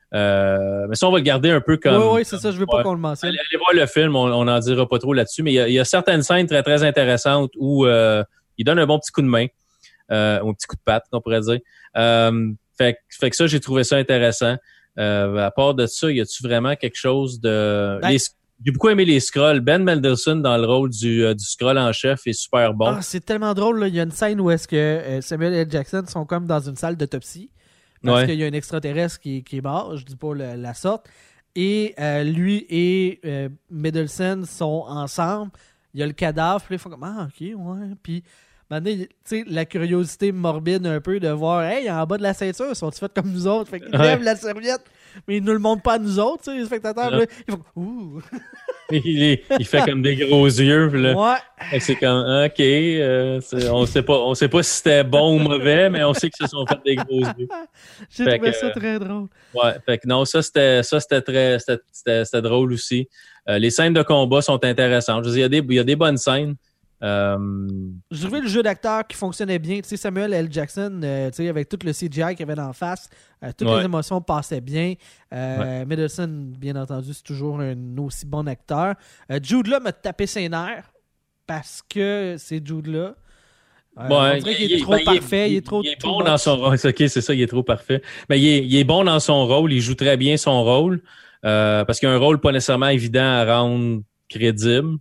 Euh, mais ça, on va le garder un peu comme... Oui, oui, c'est ça, je veux pas ouais. qu'on le mentionne. Allez, allez voir le film, on n'en dira pas trop là-dessus, mais il y a, il y a certaines scènes très, très intéressantes où euh, il donne un bon petit coup de main, euh, un petit coup de patte, on pourrait dire. Euh, fait, fait que ça, j'ai trouvé ça intéressant. Euh, à part de ça, y a-tu vraiment quelque chose de... Ben, les... J'ai beaucoup aimé les Skrulls. Ben Mendelsohn dans le rôle du, euh, du Skrull en chef est super bon. Ah, c'est tellement drôle, là. Il y a une scène où est-ce que euh, Samuel L. Jackson sont comme dans une salle d'autopsie parce Ouais. qu'il y a un extraterrestre qui, qui est mort, je dis pas le- la sorte, et euh, lui et euh, Mendelsohn sont ensemble. Il y a le cadavre, puis ils font comme ah ok ouais, puis maintenant, tu sais, la curiosité morbide un peu de voir, hey, en bas de la ceinture, sont-ils faits comme nous autres? Fait qu'ils Ouais. lèvent la serviette, mais ils ne le montrent pas à nous autres, tu sais, les spectateurs. Ouais. Là, ils font ouh. il, est, il fait comme des gros yeux. Puis là, Ouais. Fait que c'est comme OK. Euh, c'est- on sait pas, on sait pas si c'était bon ou mauvais, mais on sait qu'ils se sont fait des gros yeux. J'ai Fait trouvé que, ça euh, très drôle. Ouais. Fait que non, ça c'était, ça c'était très, c'était, c'était, c'était drôle aussi. Euh, les scènes de combat sont intéressantes. Je veux dire, il y a des, il y a des bonnes scènes. Euh, J'ai trouvé le jeu d'acteur qui fonctionnait bien. Tu sais, Samuel L. Jackson, euh, tu sais, avec tout le C G I qu'il y avait d'en face, euh, toutes Ouais. les émotions passaient bien. Euh, Mendelsohn, bien entendu, c'est toujours un aussi bon acteur. Euh, Jude Law m'a tapé ses nerfs parce que c'est Jude Law. Euh, on dirait qu'il est, trop ben, parfait, il est, il est- trop il est too bon much. dans son rôle. OK, c'est ça, il est trop parfait. Mais il est, il est bon dans son rôle, il joue très bien son rôle, euh, parce qu'il y a un rôle pas nécessairement évident à rendre crédible.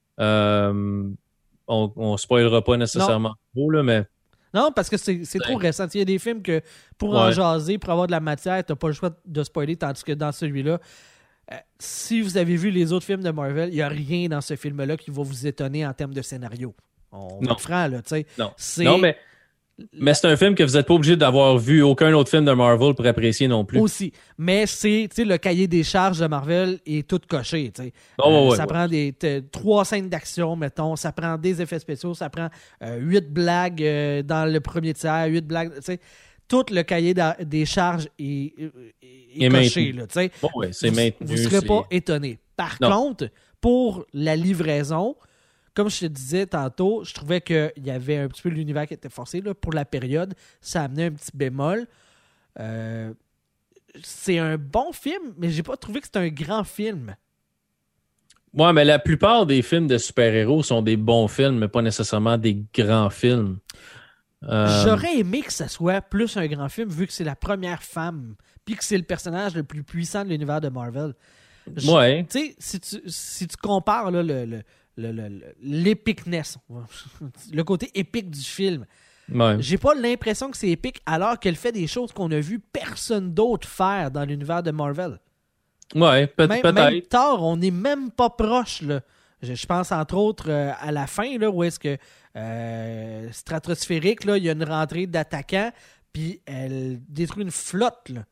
Euh, on, on spoilera pas nécessairement trop, là, mais Non, parce que c'est c'est trop récent. Il y a des films que pour Ouais. en jaser, pour avoir de la matière, t'as pas le choix de spoiler, tandis que dans celui-là, euh, si vous avez vu les autres films de Marvel, il n'y a rien dans ce film-là qui va vous étonner en termes de scénario. On va Non. être franc, là, tu sais. non. C'est Non, mais, mais c'est un film que vous n'êtes pas obligé d'avoir vu aucun autre film de Marvel pour apprécier non plus. aussi. Mais c'est, tu sais, le cahier des charges de Marvel est tout coché, tu sais. Oh, ouais, ouais, ça ouais. prend des t- trois scènes d'action, mettons, ça prend des effets spéciaux, ça prend euh, huit blagues euh, dans le premier tiers, huit blagues, tu sais. Tout le cahier d'a- des charges est, est, est Et coché, maintenu. là, tu sais. Bon, ouais, c'est vous, maintenu. Vous ne serez c'est- pas étonné. Par Non. contre, pour la livraison, comme je te disais tantôt, je trouvais qu'il y avait un petit peu l'univers qui était forcé. Là, pour la période, ça amenait un petit bémol. Euh, c'est un bon film, mais j'ai pas trouvé que c'était un grand film. Ouais, mais la plupart des films de super-héros sont des bons films, mais pas nécessairement des grands films. Euh, J'aurais aimé que ça soit plus un grand film, vu que c'est la première femme, puis que c'est le personnage le plus puissant de l'univers de Marvel. Je- Ouais. Tu sais, si tu, si tu compares là, le, le, le, le- le- l'épicness, le côté épique du film, Ouais. j'ai pas l'impression que c'est épique alors qu'elle fait des choses qu'on a vu personne d'autre faire dans l'univers de Marvel. Ouais, peut- Même, peut-être. même Thor, on n'est même pas proche. Là. Je, je pense entre autres euh, à la fin, là, où est-ce que euh, stratosphérique, là, il y a une rentrée d'attaquants, puis elle détruit une flotte là,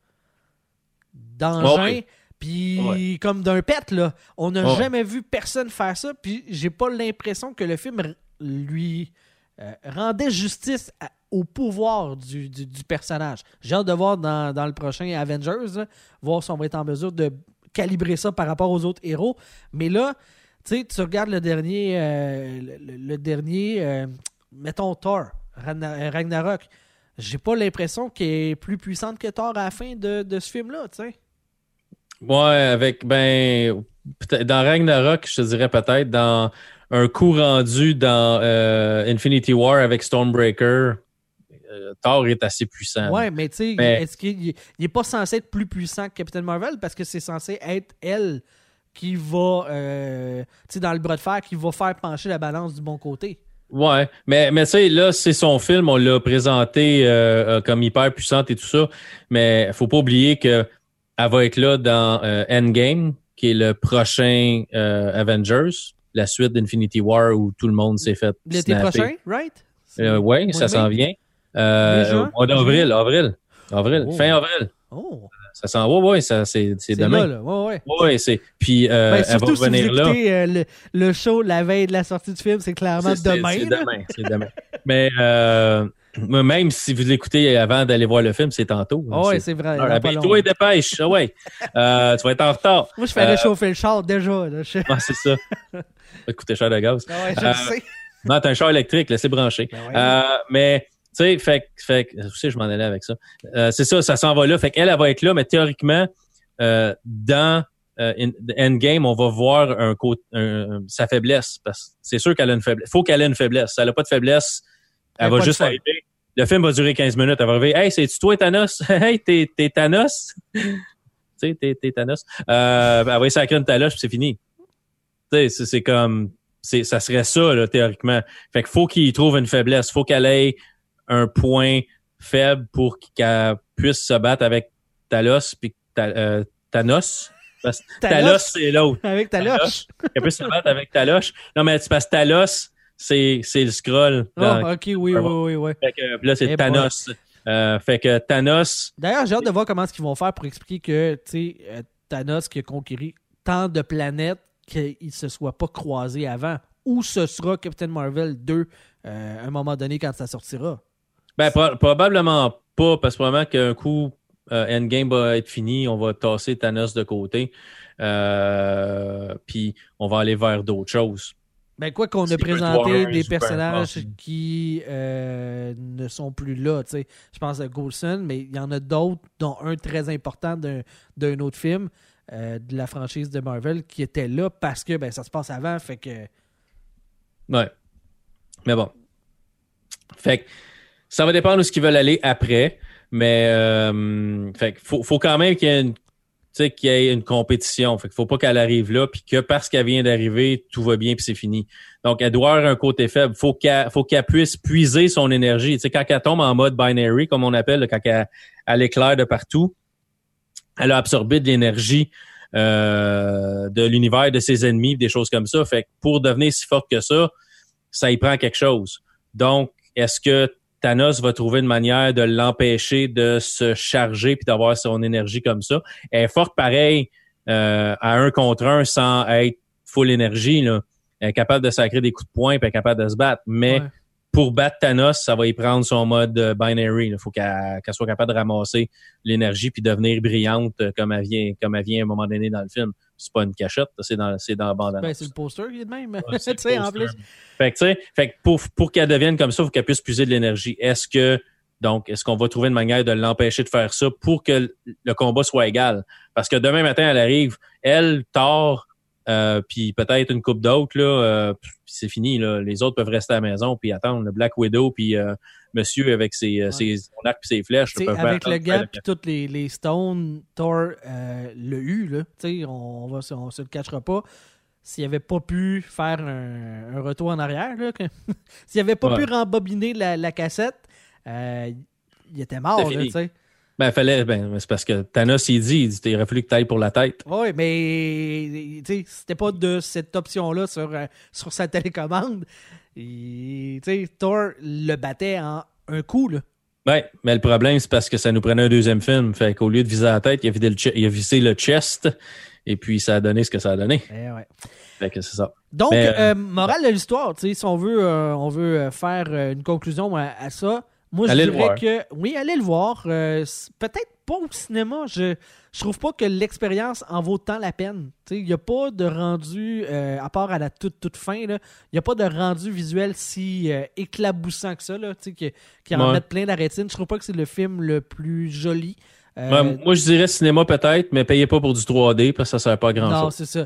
d'engins, Ouais. puis Ouais. comme d'un pet. Là. On n'a Ouais. jamais vu personne faire ça, puis j'ai pas l'impression que le film r- lui euh, rendait justice à- au pouvoir du, du, du personnage. J'ai hâte de voir dans, dans le prochain Avengers, là, voir si on va être en mesure de calibrer ça par rapport aux autres héros. Mais là, tu sais, tu regardes le dernier, euh, le, le- le dernier, euh, mettons Thor, Ragna- Ragnarok. J'ai pas l'impression qu'elle est plus puissante que Thor à la fin de, de ce film-là, tu sais. Ouais, avec, ben, peut-être dans Ragnarok, je te dirais peut-être, dans un coup rendu dans euh, Infinity War avec Stormbreaker, euh, Thor est assez puissant. Ouais, mais tu sais, Mais- est-ce qu'il il est pas censé être plus puissant que Captain Marvel parce que c'est censé être elle qui va, euh, tu sais, dans le bras de fer, qui va faire pencher la balance du bon côté. Ouais, mais, mais tu sais, là, c'est son film, on l'a présenté euh, euh, comme hyper puissante et tout ça, mais faut pas oublier que elle va être là dans euh, Endgame, qui est le prochain euh, Avengers, la suite d'Infinity War où tout le monde s'est fait L'été snapper. prochain, right? Euh, oui, Mois ça de s'en mai? vient. Euh, Déjà? au mois d'avril, avril. Avril, Oh. fin avril. Oh, Ça s'en va, ouais, ça, c'est, c'est c'est demain. là, là. Ouais, ouais. Ouais, c'est. Puis euh, Ben, elle va surtout si vous revenir là. écoutez euh, le, le show la veille de la sortie du film, c'est clairement C'est- c'est- demain. C'est là. demain, c'est demain. Mais euh, même si vous l'écoutez avant d'aller voir le film, c'est tantôt. Ah ouais, c'est vrai. Alors, il y a pas habille-toi et longtemps. dépêche. Ah ouais. Euh, tu vas être en retard. Moi, je fais Euh, réchauffer le char déjà. Là. Je... Ouais, c'est ça. Ça va coûter cher de gaz. Ah ouais, je Euh, le sais. Non, t'as un char électrique, laissez brancher. Ben ouais. Euh, mais sais, fait, fait, je sais, je m'en allais avec ça. Euh, c'est ça, ça s'en va là. Fait qu'elle, elle va être là, mais théoriquement, euh, dans euh, in, Endgame, on va voir un, un, un, sa faiblesse. Parce que c'est sûr qu'elle a une faiblesse. Faut qu'elle ait une faiblesse. Si elle n'a pas de faiblesse, elle, elle va juste arriver. Le film va durer quinze minutes. Elle va arriver. Hey, c'est-tu toi, Thanos? Hey, t'es, t'es Thanos? Tu sais, t'es, t'es Thanos. Euh, elle va y sacrer une taloche, puis c'est fini. Tu sais, c'est, c'est comme, c'est, ça serait ça, là, théoriquement. Fait qu'il faut qu'il trouve une faiblesse. Faut qu'elle ait un point faible pour qu'elle puisse se battre avec Talos, puis euh, Thanos. Parce que Talos, c'est l'autre. Avec Talos. Qu'elle puisse se battre avec Talos. Non, mais c'est parce que Talos, c'est, c'est le scroll. Dans... Oh, ok, oui, oui, oui, oui. Fait que là, c'est hey Thanos. Euh, fait que Thanos. D'ailleurs, j'ai hâte de voir comment est-ce qu'ils vont faire pour expliquer que, tu sais, euh, Thanos qui a conquéri tant de planètes qu'il ne se soit pas croisé avant. Où ce sera Captain Marvel deux euh, à un moment donné quand ça sortira? Ben, pro- probablement pas, parce que probablement qu'un coup, euh, Endgame va être fini, on va tasser Thanos de côté, euh, puis on va aller vers d'autres choses. Ben, quoi qu'on a présenté des personnages fort. qui euh, ne sont plus là, tu sais. Je pense à Coulson, mais il y en a d'autres, dont un très important d'un, d'un autre film euh, de la franchise de Marvel qui était là parce que ben ça se passe avant, fait que... Ouais. Mais bon. Fait que ça va dépendre de ce qu'ils veulent aller après, mais euh, fait que faut, faut quand même qu'il y ait une Tu sais, qu'il y ait une compétition. Fait qu'il faut pas qu'elle arrive là, puis que parce qu'elle vient d'arriver, tout va bien, puis c'est fini. Donc, elle doit avoir un côté faible. Faut qu'elle, faut qu'elle puisse puiser son énergie. Tu sais, quand elle tombe en mode binary, comme on appelle, quand elle, elle éclaire de partout, elle a absorbé de l'énergie euh, de l'univers, de ses ennemis, des choses comme ça. Fait que pour devenir si forte que ça, ça y prend quelque chose. Donc, est-ce que Thanos va trouver une manière de l'empêcher de se charger puis d'avoir son énergie comme ça? Elle est forte pareil euh, à un contre un sans être full énergie, là. Elle est capable de sacrer des coups de poing puis elle est capable de se battre. Mais ouais. Pour battre Thanos, ça va y prendre son mode binary. Il faut qu'elle, qu'elle soit capable de ramasser l'énergie puis devenir brillante comme elle vient, comme elle vient à un moment donné dans le film. C'est pas une cachette, c'est dans, c'est dans la bande-annonce. Ben, c'est le poster qui est de même. Ouais, c'est tu sais, en plus. Fait que, tu sais, fait que pour, pour qu'elle devienne comme ça, il faut qu'elle puisse puiser de l'énergie. Est-ce que, donc, est-ce qu'on va trouver une manière de l'empêcher de faire ça pour que le combat soit égal? Parce que demain matin, elle arrive, elle, Thor, euh, puis peut-être une couple d'autres, là, euh, puis c'est fini, là. Les autres peuvent rester à la maison puis attendre. Le Black Widow puis euh, monsieur avec ses, ouais. ses son arc puis ses flèches. Là, peuvent avec le gap puis toutes les, les stones, Thor euh, l'a eu, là. Tu sais, on, va, on se le cachera pas. S'il n'avait pas pu faire un, un retour en arrière, là, que, s'il n'avait pas ouais. pu rembobiner la, la cassette, euh, il était mort, là, tu sais. Ben, fallait, ben, c'est parce que Thanos, il dit, il dit, il aurait fallu que tu ailles pour la tête. Oui, mais, tu sais, c'était pas de cette option-là sur, euh, sur sa télécommande. Tu sais, Thor le battait en un coup, là. Oui, mais le problème, c'est parce que ça nous prenait un deuxième film. Fait qu'au lieu de viser la tête, il a, vidé le che- il a visé le chest, et puis ça a donné ce que ça a donné. Eh ouais. Fait que c'est ça. Donc, mais, euh, morale de l'histoire, tu sais, si on veut, euh, on veut faire une conclusion à, à ça, moi, je allez dirais que... Oui, allez le voir. Euh, peut-être pas au cinéma. Je je trouve pas que l'expérience en vaut tant la peine. Il n'y a pas de rendu, euh, à part à la toute, toute fin, il n'y a pas de rendu visuel si euh, éclaboussant que ça, là, qui, qui en ouais. met plein la rétine. Je trouve pas que c'est le film le plus joli. Euh, ouais, moi, je dirais cinéma peut-être, mais payez pas pour du trois D parce que ça ne sert pas à grand-chose. Non, c'est ça.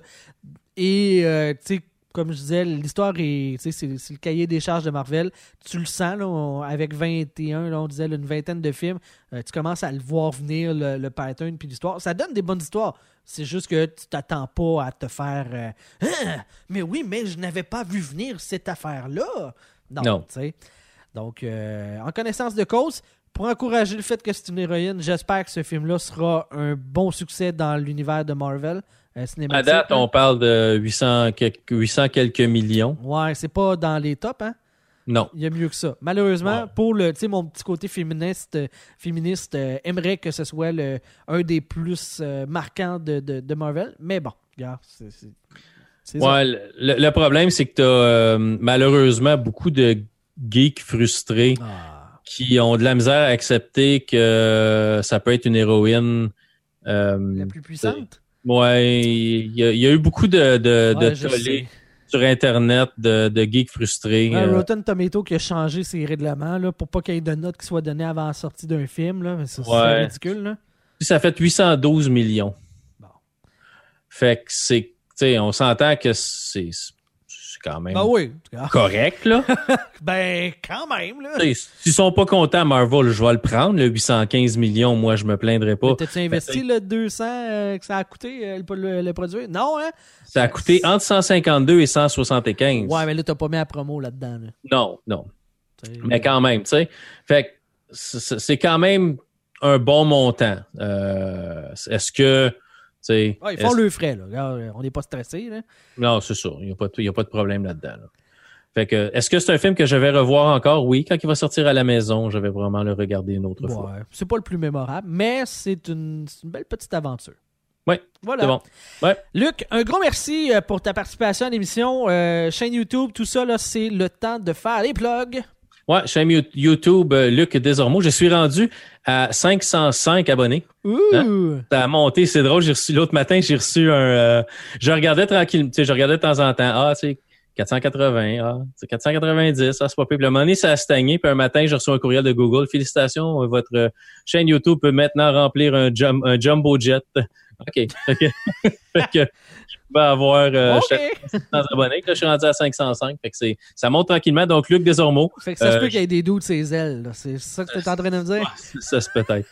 Et, euh, tu sais, comme je disais, l'histoire est, c'est, c'est le cahier des charges de Marvel. Tu le sens, là, on, avec vingt et un, là, on disait là, une vingtaine de films, euh, tu commences à le voir venir, le, le pattern puis l'histoire. Ça donne des bonnes histoires. C'est juste que tu t'attends pas à te faire euh, ah, mais oui, mais je n'avais pas vu venir cette affaire-là. Non, non. Tu sais. Donc, euh, en connaissance de cause, pour encourager le fait que c'est une héroïne, j'espère que ce film-là sera un bon succès dans l'univers de Marvel. Euh, à date, hein? On parle de huit cents quelques, huit cents quelques millions. Ouais, c'est pas dans les tops, hein? Non. Il y a mieux que ça. Malheureusement, ouais. pour le, tu sais, mon petit côté féministe, euh, féministe euh, aimerait que ce soit le, un des plus euh, marquants de, de, de Marvel. Mais bon, regarde, c'est, c'est, c'est ouais, ça. Le, le problème, c'est que tu as euh, malheureusement beaucoup de geeks frustrés ah. qui ont de la misère à accepter que ça peut être une héroïne. Euh, la plus puissante? Ouais, il y, a, il y a eu beaucoup de, de, ouais, de tollés sur Internet de, de geeks frustrés. Ouais, euh, Rotten Tomato qui a changé ses règlements là, pour pas qu'il y ait de notes qui soient données avant la sortie d'un film. Là. Mais ça, Ouais. c'est ridicule. Là. Puis ça fait huit cent douze millions. Bon. Fait que c'est, tu sais, on s'entend que c'est, c'est quand même Ben oui. correct, là. Ben, quand même. Là. T'sais, s'ils sont pas contents, Marvel, je vais le prendre, le huit cent quinze millions, moi, je me plaindrai pas. Mais t'as-tu investi le deux cents euh, que ça a coûté euh, le, le, le produit? Non, hein? Ça a coûté entre cent cinquante-deux et cent soixante-quinze. Ouais, mais là, t'as pas mis la promo là-dedans. Là. Non, non. T'sais, Mais quand même, tu sais. Fait que c'est c'est quand même un bon montant. Euh, est-ce que, tu sais... Ouais, ils font le frais, là. Regarde, on n'est pas stressé, là. Non, c'est ça. Il n'y a, pas de- a pas de problème là-dedans. Là. Fait que, est-ce que c'est un film que je vais revoir encore? Oui. Quand il va sortir à la maison, je vais vraiment le regarder une autre fois. Ouais, c'est pas le plus mémorable, mais c'est une, c'est une belle petite aventure. Oui, Voilà. c'est bon. Ouais. Luc, un gros merci euh, pour ta participation à l'émission. Euh, chaîne YouTube, tout ça, là, c'est le temps de faire les plugs. Ouais, chaîne YouTube euh, Luc Desormeaux. Je suis rendu à cinq cent cinq abonnés. Ouh! Hein? Ça a monté, c'est drôle. J'ai reçu l'autre matin, j'ai reçu un. Euh, je regardais tranquille, tu sais, je regardais de temps en temps. Ah, tu sais, quatre cent quatre-vingts, ah, c'est quatre cent quatre-vingt-dix, ah, c'est pas pire. Puis, à un moment donné, ça a stagné. Puis un matin, j'ai reçu un courriel de Google. Félicitations, votre euh, chaîne YouTube peut maintenant remplir un, jum, un jumbo jet. OK. OK. Fait que je peux avoir euh, OK. six cents abonnés. Là, je suis rendu à cinq cent cinq. Fait que c'est, ça monte tranquillement. Donc, Luc Desormeaux. Fait que ça se euh, peut qu'il y ait des doutes de ses ailes. Là. C'est ça que tu es en train de me dire? Ça, c'est peut-être.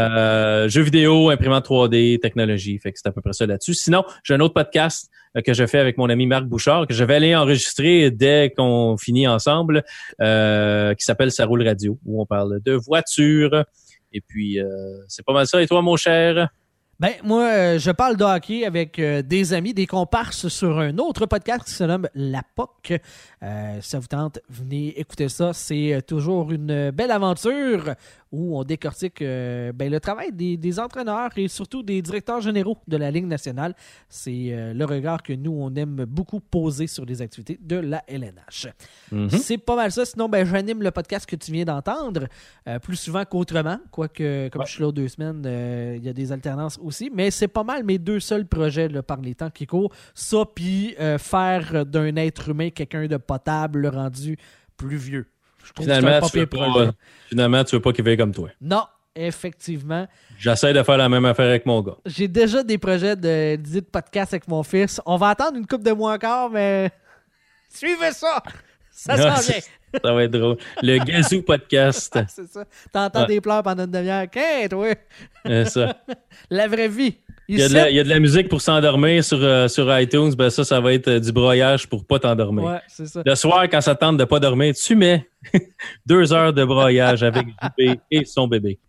Euh, jeux vidéo, imprimante trois D, technologie. Fait que c'est à peu près ça là-dessus. Sinon, j'ai un autre podcast euh, que je fais avec mon ami Marc Bouchard, que je vais aller enregistrer dès qu'on finit ensemble, euh, qui s'appelle Ça roule radio, où on parle de voitures. Et puis, euh, c'est pas mal ça. Et toi, mon cher? Ben, moi, euh, je parle de hockey avec euh, des amis, des comparses sur un autre podcast qui se nomme La P O C. Euh, si ça vous tente, venez écouter ça. C'est euh, toujours une belle aventure où on décortique euh, ben, le travail des, des entraîneurs et surtout des directeurs généraux de la Ligue nationale. C'est euh, le regard que nous, on aime beaucoup poser sur les activités de la L N H. Mm-hmm. C'est pas mal ça. Sinon, ben, j'anime le podcast que tu viens d'entendre euh, plus souvent qu'autrement. Quoique, comme Ouais. je suis là aux deux semaines, euh, il y a des alternances aussi. Mais c'est pas mal mes deux seuls projets là, par les temps qui courent. Ça, puis euh, faire d'un être humain quelqu'un de potable le rendu plus vieux. Je trouve Finalement, que c'est un tu pas veux pire pas, projet. finalement, tu veux pas qu'il veille comme toi. Non, effectivement. J'essaie de faire la même affaire avec mon gars. J'ai déjà des projets de, d'idées de podcast avec mon fils. On va attendre une couple de mois encore, mais suivez ça! Ça s'en vient. Ça va être drôle. Le Gazoo Podcast. C'est ça. T'entends Ouais. des pleurs pendant une demi-heure. Qu'est-ce, toi? C'est ça. La vraie vie. Il y, a de la, il y a de la musique pour s'endormir sur, euh, sur iTunes. Ben ça, ça va être euh, du broyage pour pas t'endormir. Ouais, c'est ça. Le soir, quand ça tente de pas dormir, tu mets deux heures de broyage avec J P et son bébé.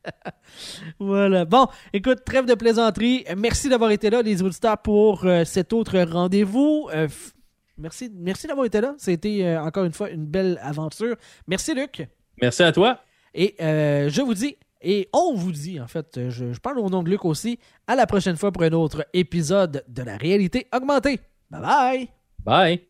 Voilà. Bon, écoute, trêve de plaisanterie. Merci d'avoir été là, les auditeurs, pour euh, cet autre rendez-vous. Euh, f- merci, merci d'avoir été là. C'était euh, encore une fois une belle aventure. Merci, Luc. Merci à toi. Et euh, je vous dis, et on vous dit, en fait, je, je parle au nom de Luc aussi, à la prochaine fois pour un autre épisode de la réalité augmentée. Bye bye! Bye.